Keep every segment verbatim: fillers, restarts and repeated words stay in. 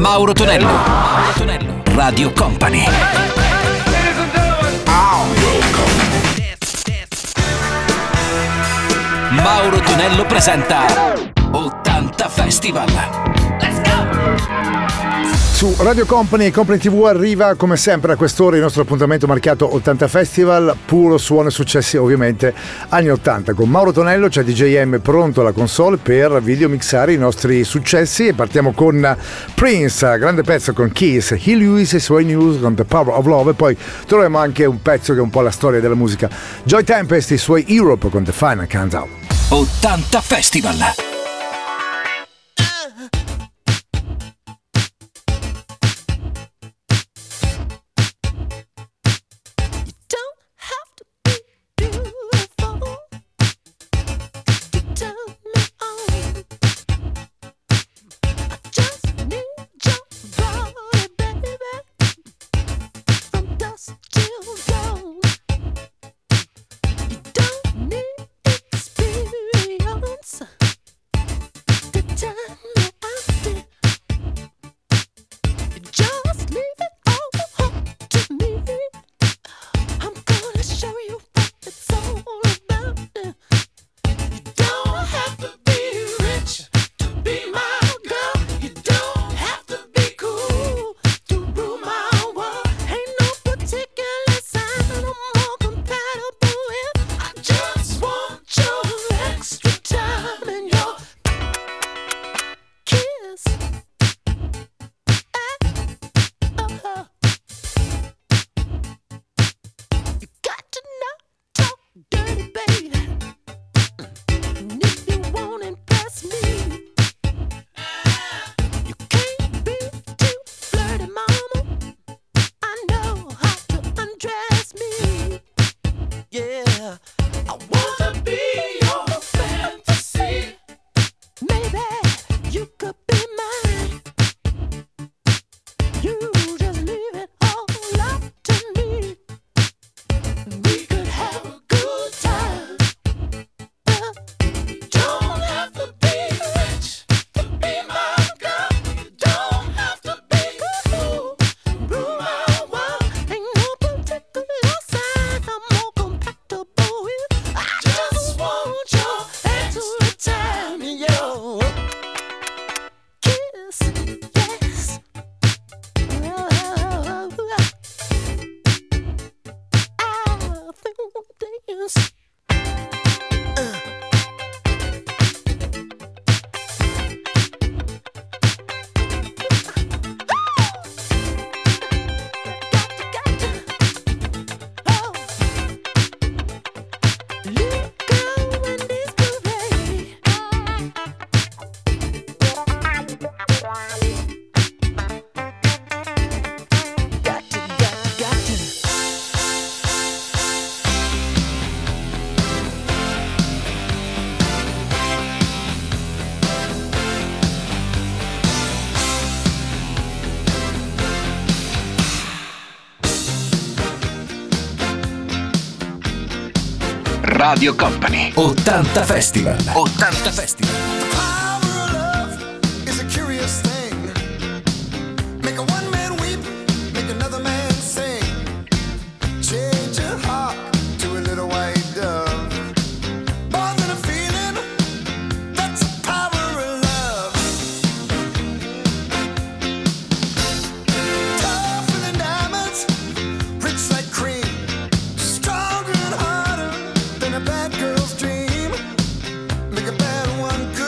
Mauro Tonello. Mauro Tonello. Radio Company. Mauro Tonello presenta ottanta Festival. Let's go! Su Radio Company e Company tivù arriva come sempre a quest'ora il nostro appuntamento marchiato ottanta Festival, puro suono e successi ovviamente anni ottanta. Con Mauro Tonello c'è D J M pronto alla console per videomixare i nostri successi e partiamo con Prince, grande pezzo con Kiss, He Lewis e i suoi news con The Power of Love, e poi troviamo anche un pezzo che è un po' la storia della musica, Joy Tempest e i suoi Europe con The Final Countdown. ottanta Festival. Radio Company. ottanta Festival. ottanta Festival. One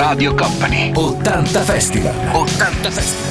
Radio Company. ottanta Festival. ottanta Festival.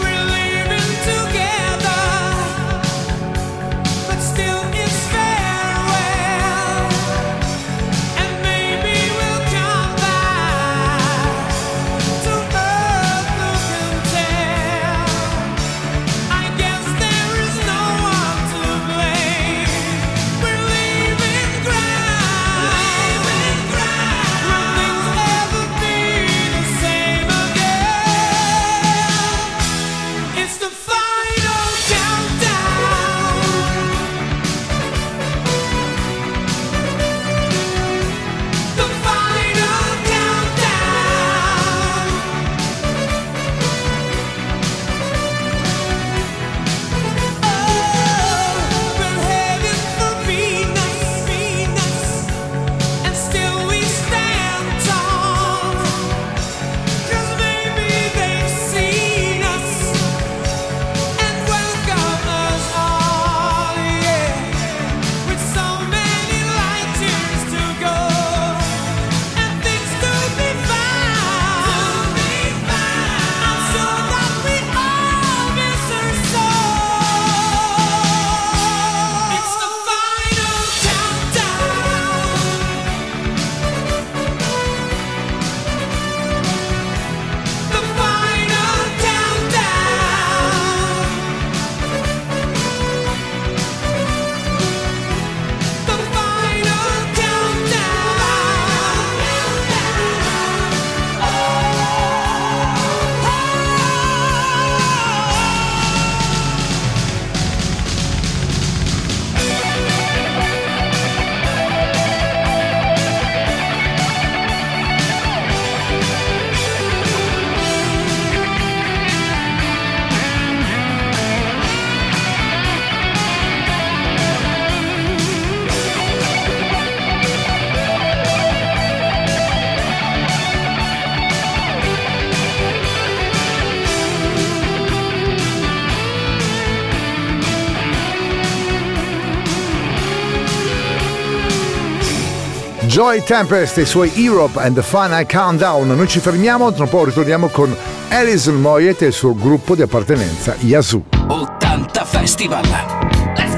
Joy Tempest e i suoi Europe and the Final Countdown. Noi ci fermiamo, tra un po' ritorniamo con Alison Moyet e il suo gruppo di appartenenza Yazoo. ottanta Festival. Let's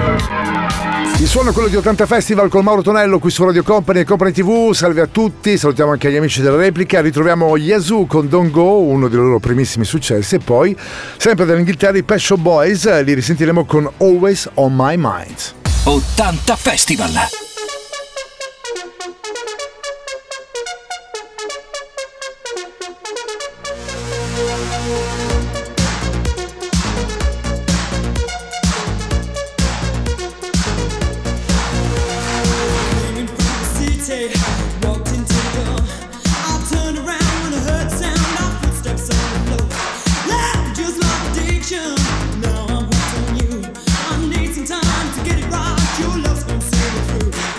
go! Il suono è quello di ottanta Festival con Mauro Tonello qui su Radio Company e Company tivù. Salve a tutti, salutiamo anche gli amici della replica. Ritroviamo Yazoo con Don't Go, uno dei loro primissimi successi, e poi sempre dall'Inghilterra i Pet Shop Boys, li risentiremo con Always on My Mind. ottanta Festival. Now I'm hooked on you. I need some time to get it right. Your love's gonna see me through.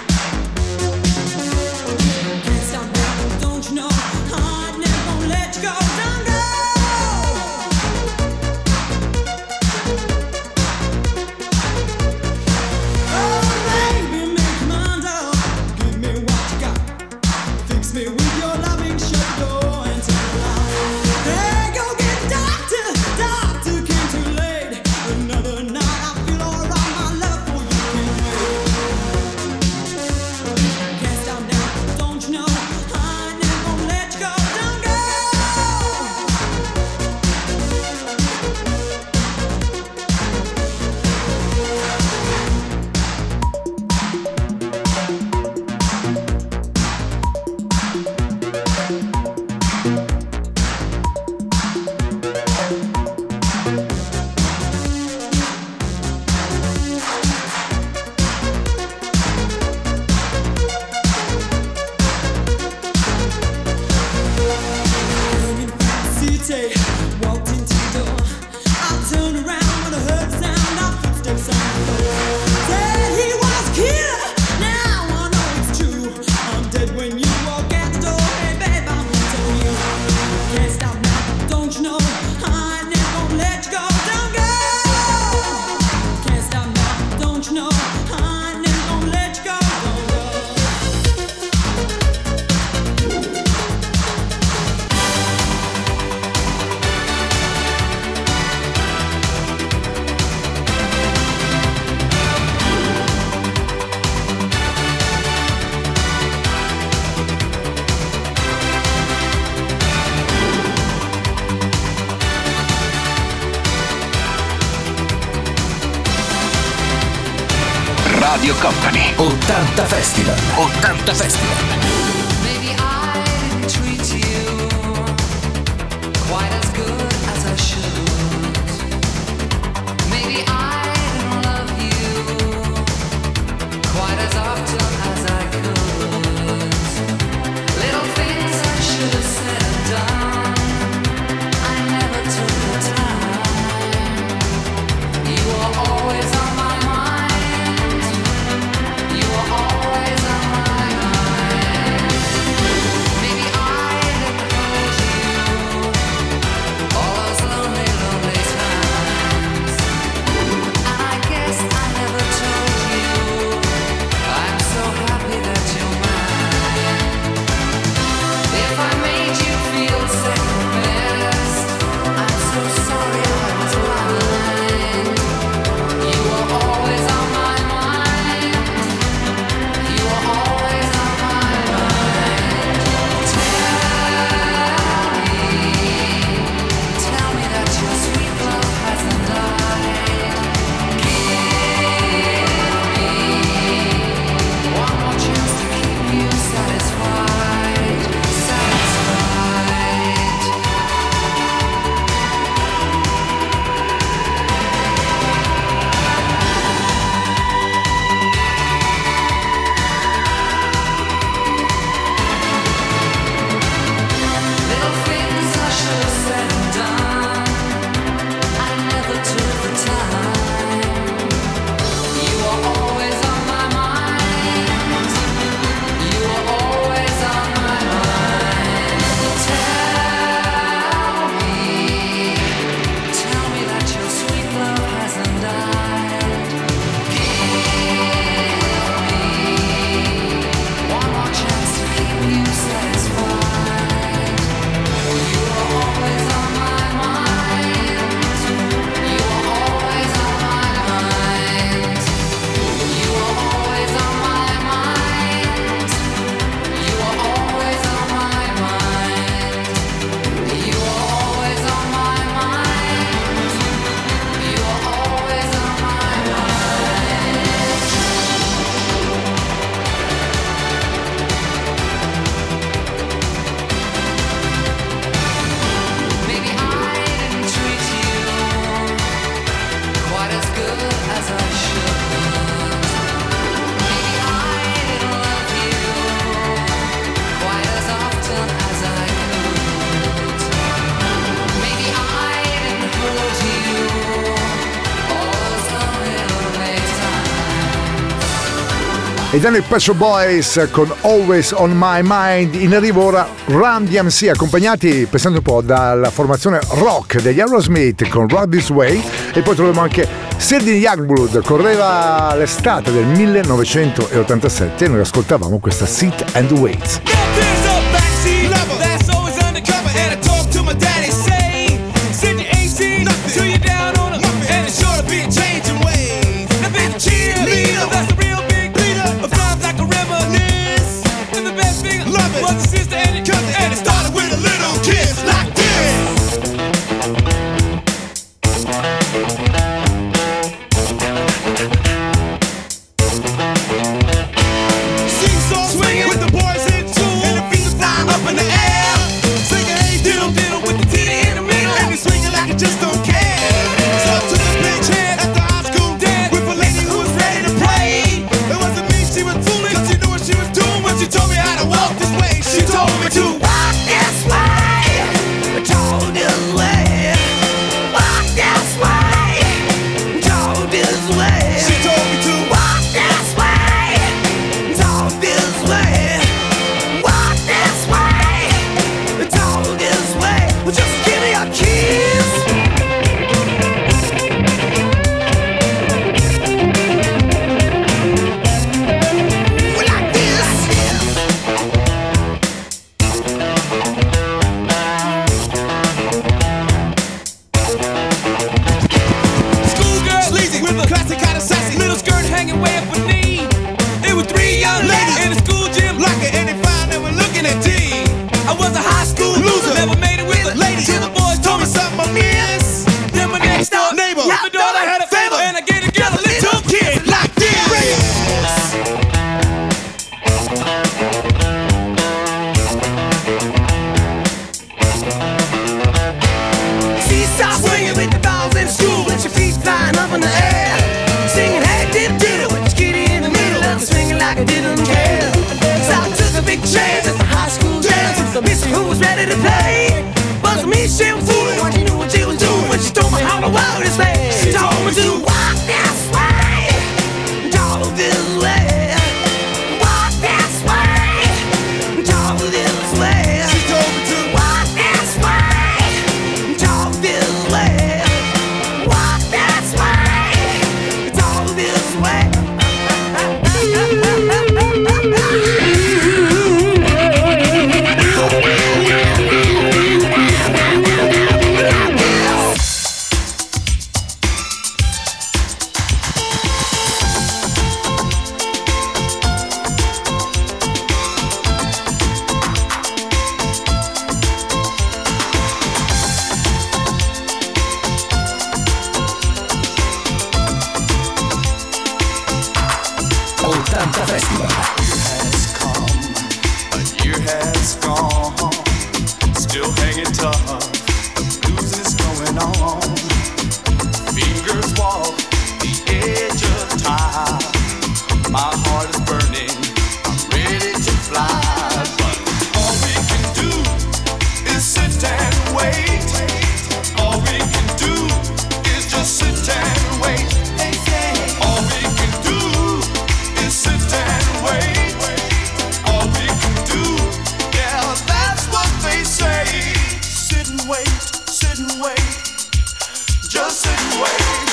Radio Company. ottanta Festival. ottanta Festival. Maybe I didn't treat you quite as good as I should. Maybe I didn't love you quite as often as I could. Little things I should have said and done, I never took the time. You were always on my mind. You were always on my mind. Maybe I didn't hold you all those lonely, lonely times. And I guess I never told you I'm so happy that you're mine. If I made you feel second best, I'm so sorry I was blind. You were always on my mind. You were always on my mind. Tell me, tell me that your sweet love hasn't died. Give me one more chance to keep you satisfied, satisfied. Little things I should have said and done, I never took the time. You were always on my mind. You were always on my mind. Tell me, tell me that your sweet love hasn't died. Give me one more chance to keep you satisfied. You were always on my mind. You were always on my mind. You were always on my mind. You were always on my mind. You were always on my mind. You were always on my mind. Maybe I didn't treat you quite as good as I should. Maybe I didn't love you quite as often as I could. Maybe I didn't hold you all those lonely, lonely times. Ed erano i Pet Shop Boys con Always on My Mind. In arrivo ora Run D M C, accompagnati, pensando un po', dalla formazione rock degli Aerosmith con Rock This Way, e poi troviamo anche Sidney Youngblood. Correva l'estate del millenovecentottantasette e noi ascoltavamo questa Sit and Wait. There's a backseat lover that's always undercover, and I talk to my daddy, say, send your A C till you're down on her, and it's sure to be a changing ways. Now there's a cheerleader that's a real big leader, of times like a reminisce. And the best thing was the sister and the cousin, and it started with a little kiss like this. Seesaw swinging with the boys in tune, and the like I didn't care. So I took a big chance at the high school dance with the miss who was ready to play. But me, she was fooling when she knew what she was doing. When she told me how the world is made. She told me to walk this way, talk this way, walk this way, talk this way. She told me to walk this way, talk this way, walk this way, talk this way. ottanta Festival. Has come, a year has gone, still hanging tough, the blues is going on. Fingers walk the edge of time, my heart is burning, I'm ready to fly, but all we can do is sit and wait. All we can do is just sit and wait. All we can do is sit and wait. All we can do, yeah, that's what they say. Sit and wait, sit and wait, just sit and wait.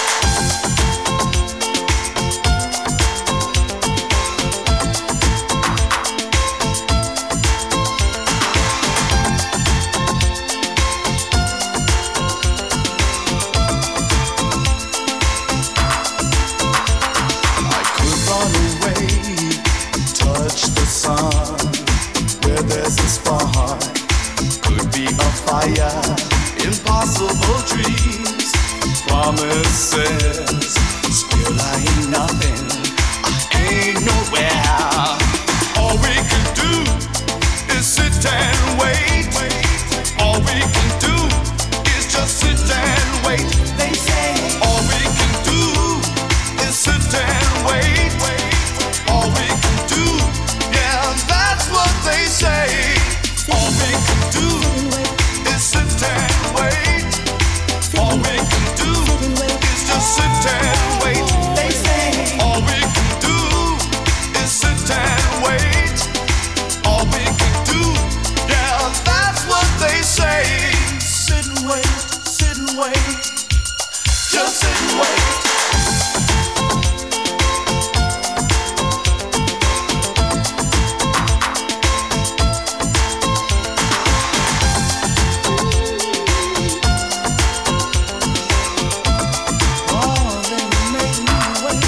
I could run away, touch the sun, where there's a spark, could be a fire, impossible dreams, promises, still I ain't nothing, I ain't nowhere. All we can do is sit and wait. All we can do is just sit and wait. They say all we can do is sit and wait. All we can do, yeah, that's what they say. All we can do is sit and wait. All we can do is just sit and wait. They say all we can do is sit and wait. All we can do, yeah, that's what they say. Sit and wait, sit and wait, just sit and wait. Oh, they make me wait.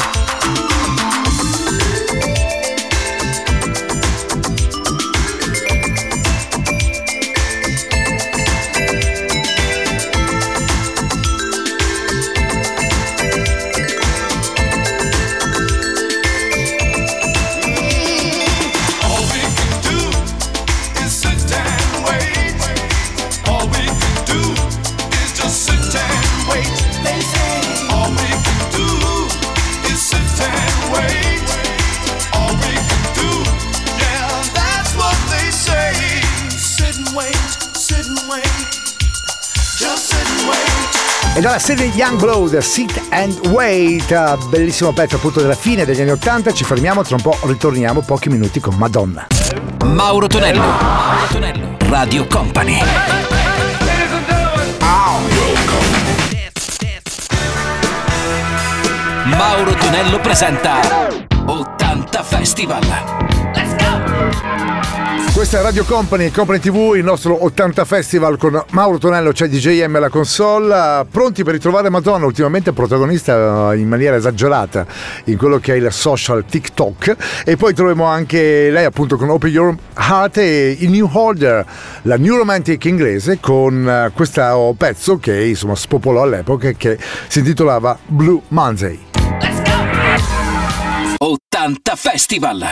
All we can do is sit and wait. All we can do is just sit and wait. They say all we can do is sit and wait. All we can do, yeah, that's what they say. Sit and wait, sit and wait, just sit and wait. E dalla serie Youngblood, Sit and Wait, bellissimo pezzo appunto della fine degli anni ottanta. Ci fermiamo, tra un po' ritorniamo, pochi minuti con Madonna. Mauro Tonello, Mauro Tonello, Radio Company. Mauro Tonello presenta ottanta Festival. Let's go! Questa è Radio Company, Company tivù, il nostro ottanta Festival con Mauro Tonello, c'è D J M alla console, pronti per ritrovare Madonna, ultimamente protagonista in maniera esagerata in quello che è il social TikTok, e poi troviamo anche lei appunto con Open Your Heart e i New Order, la New Romantic inglese, con questo pezzo che insomma spopolò all'epoca e che si intitolava Blue Monday. Let's go! ottanta Festival.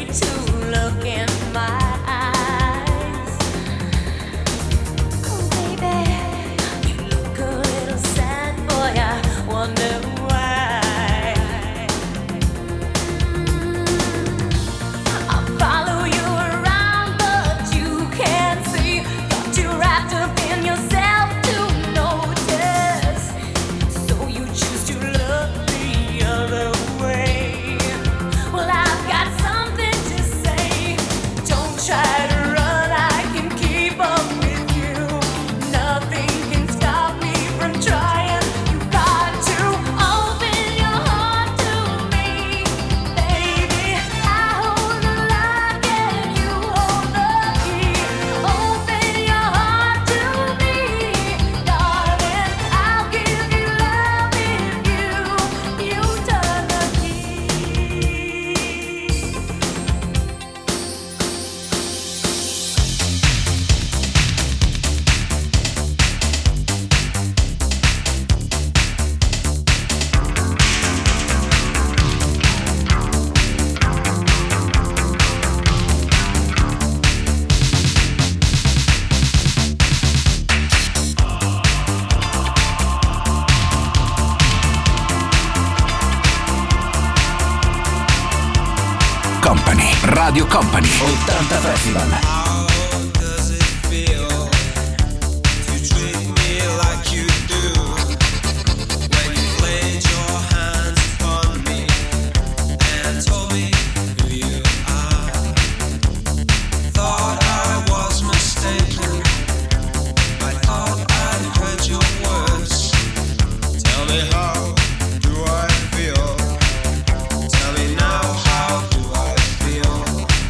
Company, Radio Company, ottanta Festival. How does it feel to treat me like you do? When you laid your hands upon me and told me who you are. Thought I was mistaken. I thought I'd heard your words. Tell me, how do I feel? Tell me now, how do I feel?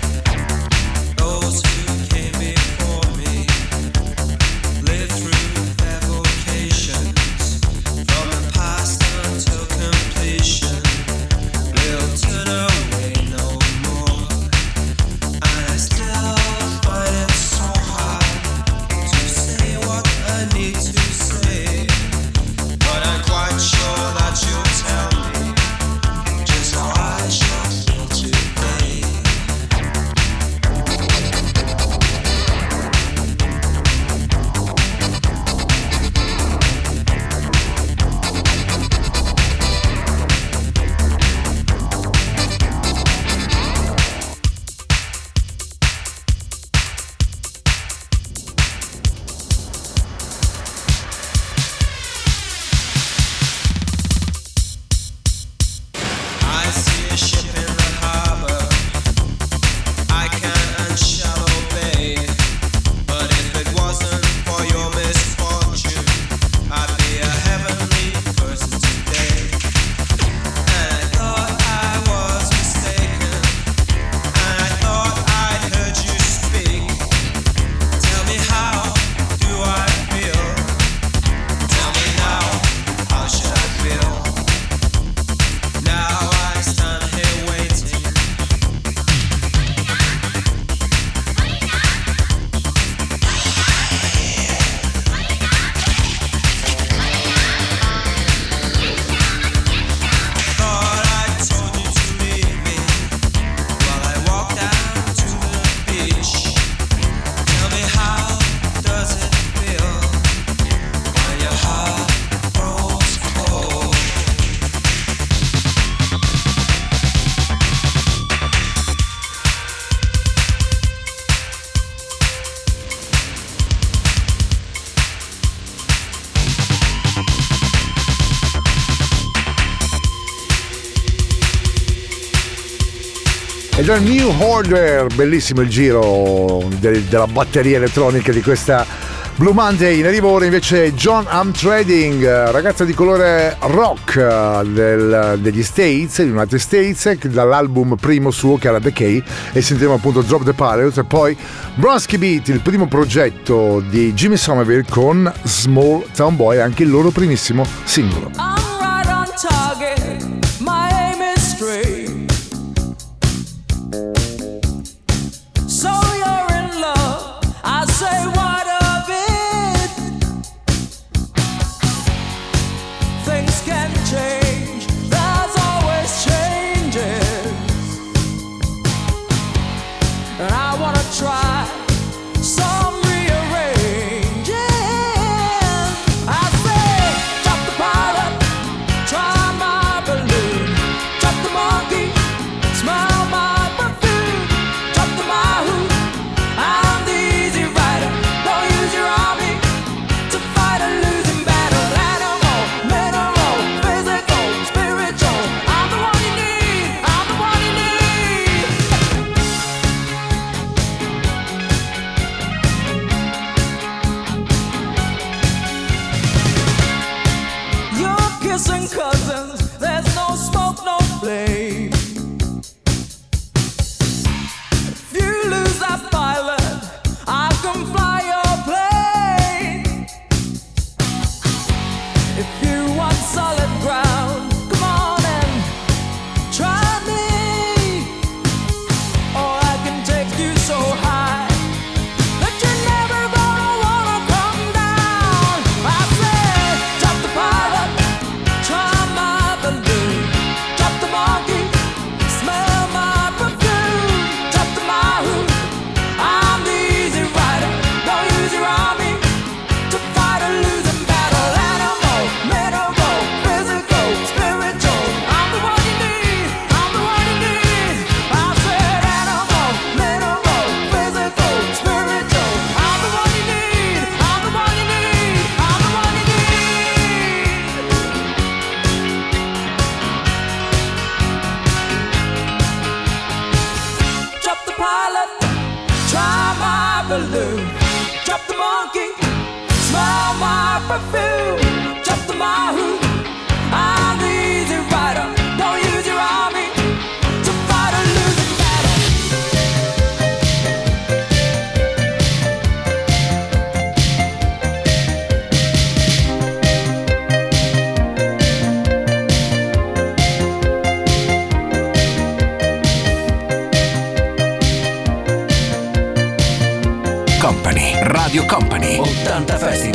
Those who came before me lived through their vocations. From the past until completion, will turn away no more. And I still find it so hard to say what I need to say. But I'm quite sure that you'll tell me just how I should feel today. I see a ship in the harbor. I can shallow bay. But if it wasn't for your misfortune, I'd be a heavenly person today. And I thought I was mistaken. And I thought I'd heard you speak. Tell me, how do I feel? Tell me now, how should I feel? Now I stand here waiting. Thought I told you to leave me while I walked down to the beach. Tell me, how does it feel when your heart grows cold? Ed è il New Order, bellissimo il giro del- della batteria elettronica di questa Blue Monday. In arrivo ora invece John Armstrong, ragazza di colore rock eh, del- degli States, degli United States, che dall'album primo suo che era Decay, e sentiremo appunto Drop the Pilot, e poi Bronski Beat, il primo progetto di Jimmy Somerville con Small Town Boy, anche il loro primissimo singolo. I'm right on target, my aim is straight. So you're in love, I say what of it? Things can change, there's always changes. drop the monkey, smell my perfume, drop the mahou. I'm the easy rider, don't use your army to fight a losing battle. Company, Radio Company, ottanta Festival.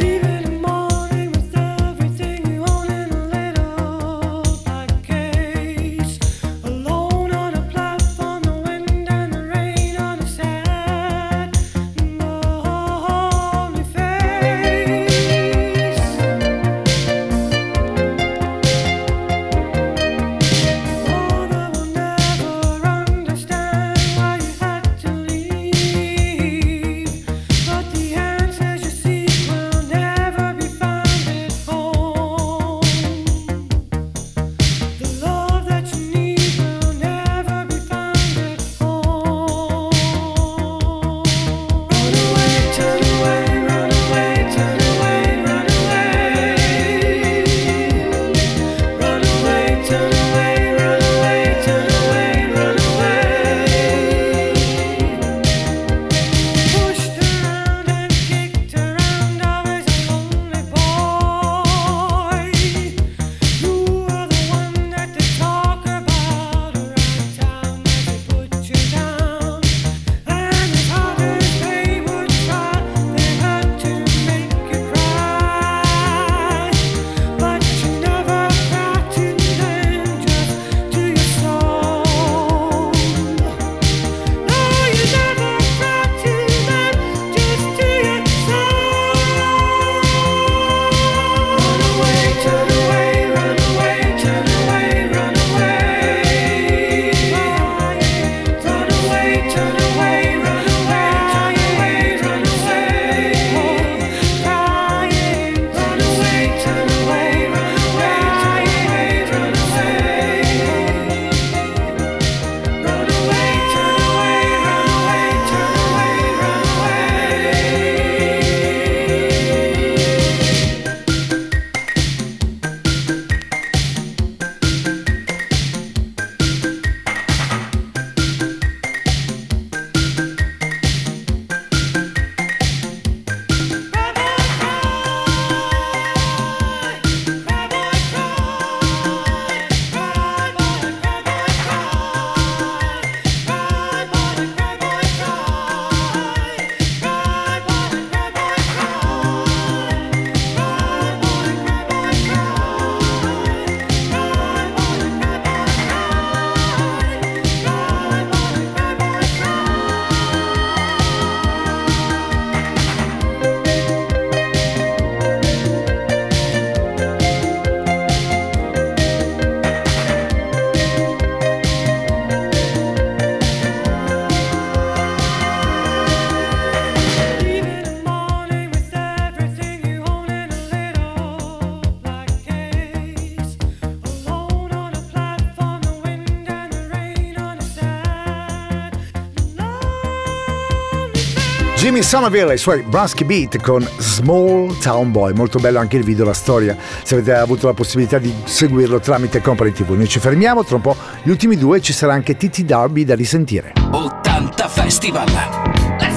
Jimmy Somerville e i suoi Brusky Beat con Small Town Boy, molto bello anche il video, la storia, se avete avuto la possibilità di seguirlo tramite Company tivù. Noi ci fermiamo, tra un po' gli ultimi due, ci sarà anche T T Darby da risentire. ottanta Festival. Let's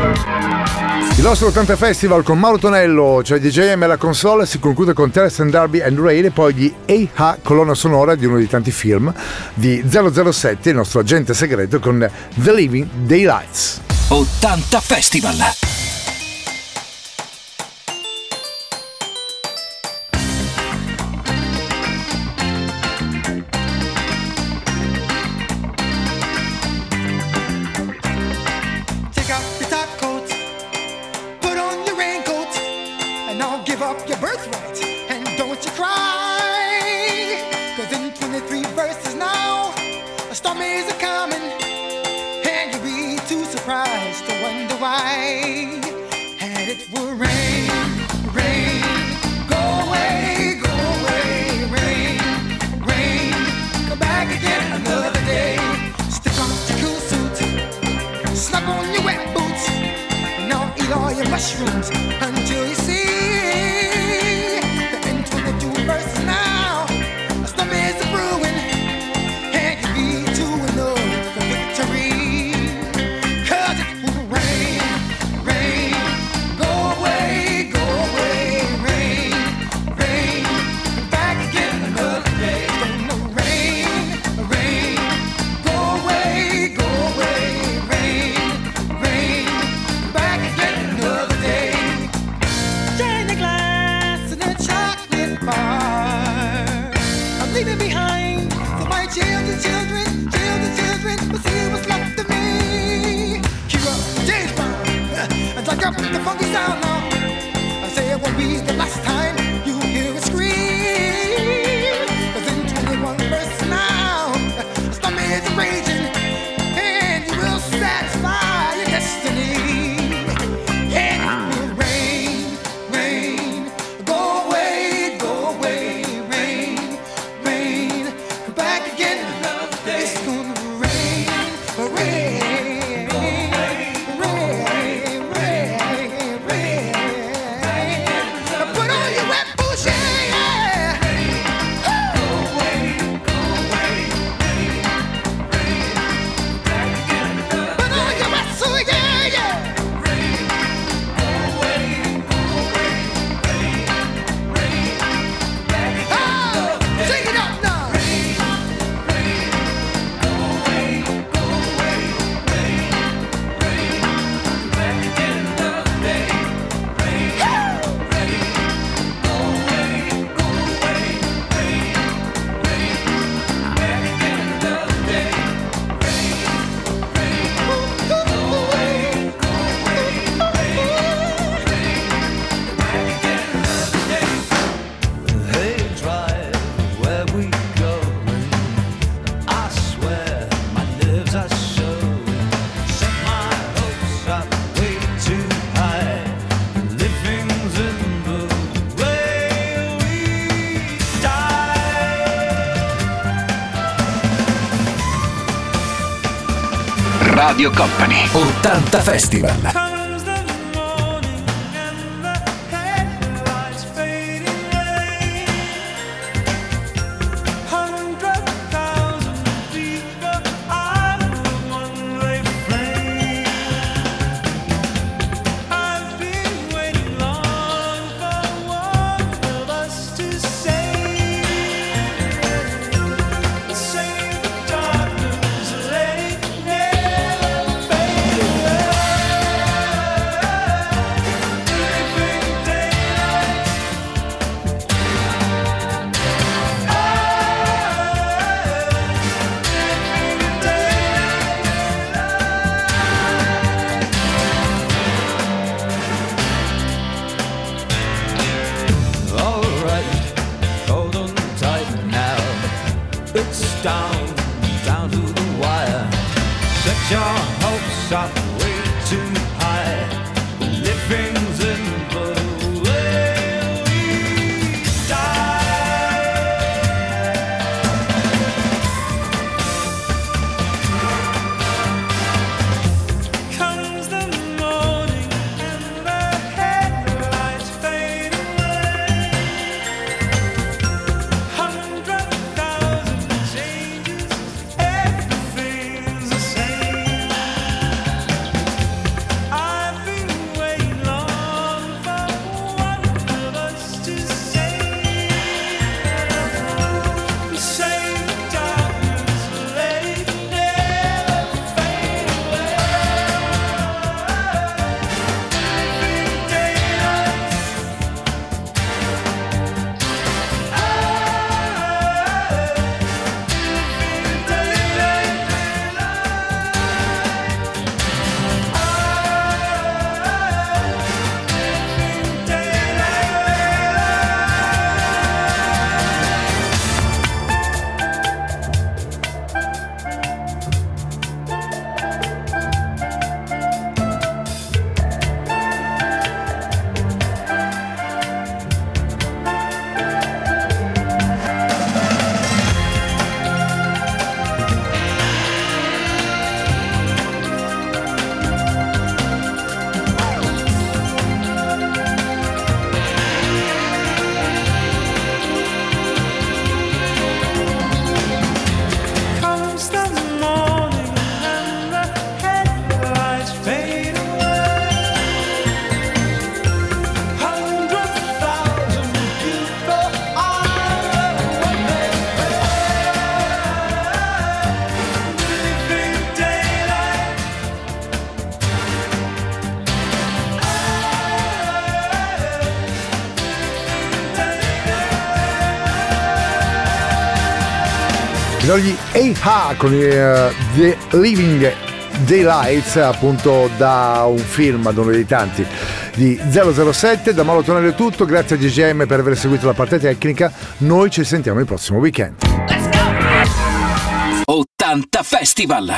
go! Il nostro ottanta Festival con Mauro Tonello, cioè D J M alla console, si conclude con Terence and Darby and Ray e poi gli A H, colonna sonora di uno dei tanti film di zero zero sette, il nostro agente segreto, con The Living Daylights. ottanta Festival. All your mushrooms until you see the end twenty-two verse now. A storm is brewing, and you need to know for victory. 'Cause it will rain, rain, go away, go away, rain, rain, come back again another day. Gonna rain, rain, go away, go away, rain, rain, come back again another day. Shine the glass in a chocolate bar. I'm leaving behind for my children, children, children, children. But see what's left of me. Keep up, James Brown, and like up the funky sound now. I say it won't be the last time you hear it scream. 'Cause in twenty-one verse now, a storm is raging, and you will satisfy your destiny. And it will rain, rain, go away, go away, rain, rain, come back again another day. It's gonna rain, rain, rain, rain, rain, rain. Put on your wet boots, yeah, yeah. Go away, go away, rain, rain, back again another day. Put on your wet suit, yeah, yeah. Rain, go away, go away, rain, rain, back again another day. Sing it up now. Rain, rain, go away, go away, rain, rain, back again another day. Rain, rain, go away, go away, rain, rain, back again another day. Rain, rain, go away, go away, rain, rain, back again another day. Hey, drive where we going. I swear my nerves are showing. Set my hopes up way too high. Living's in the way we die. Radio Company ottanta Festival. Comes the morning and the headlights fading away. Hundred thousand people out of one-way flame. I've been waiting long for one of us to save. Save the darkness, let it never fade away. Living daylight. All right, hold on tight now. It's down, down to the wire. Set your hopes up way too high. Living's in the way we die. Comes the morning and the headlights fade away. Hundred thousand changes, everything's the same. Sono gli A-Ha con uh, The Living Daylights, appunto da un film, ad uno dei tanti di zero zero sette. Da Mauro Tonello è tutto, grazie a D J M per aver seguito la parte tecnica. Noi ci sentiamo il prossimo weekend. ottanta Festival.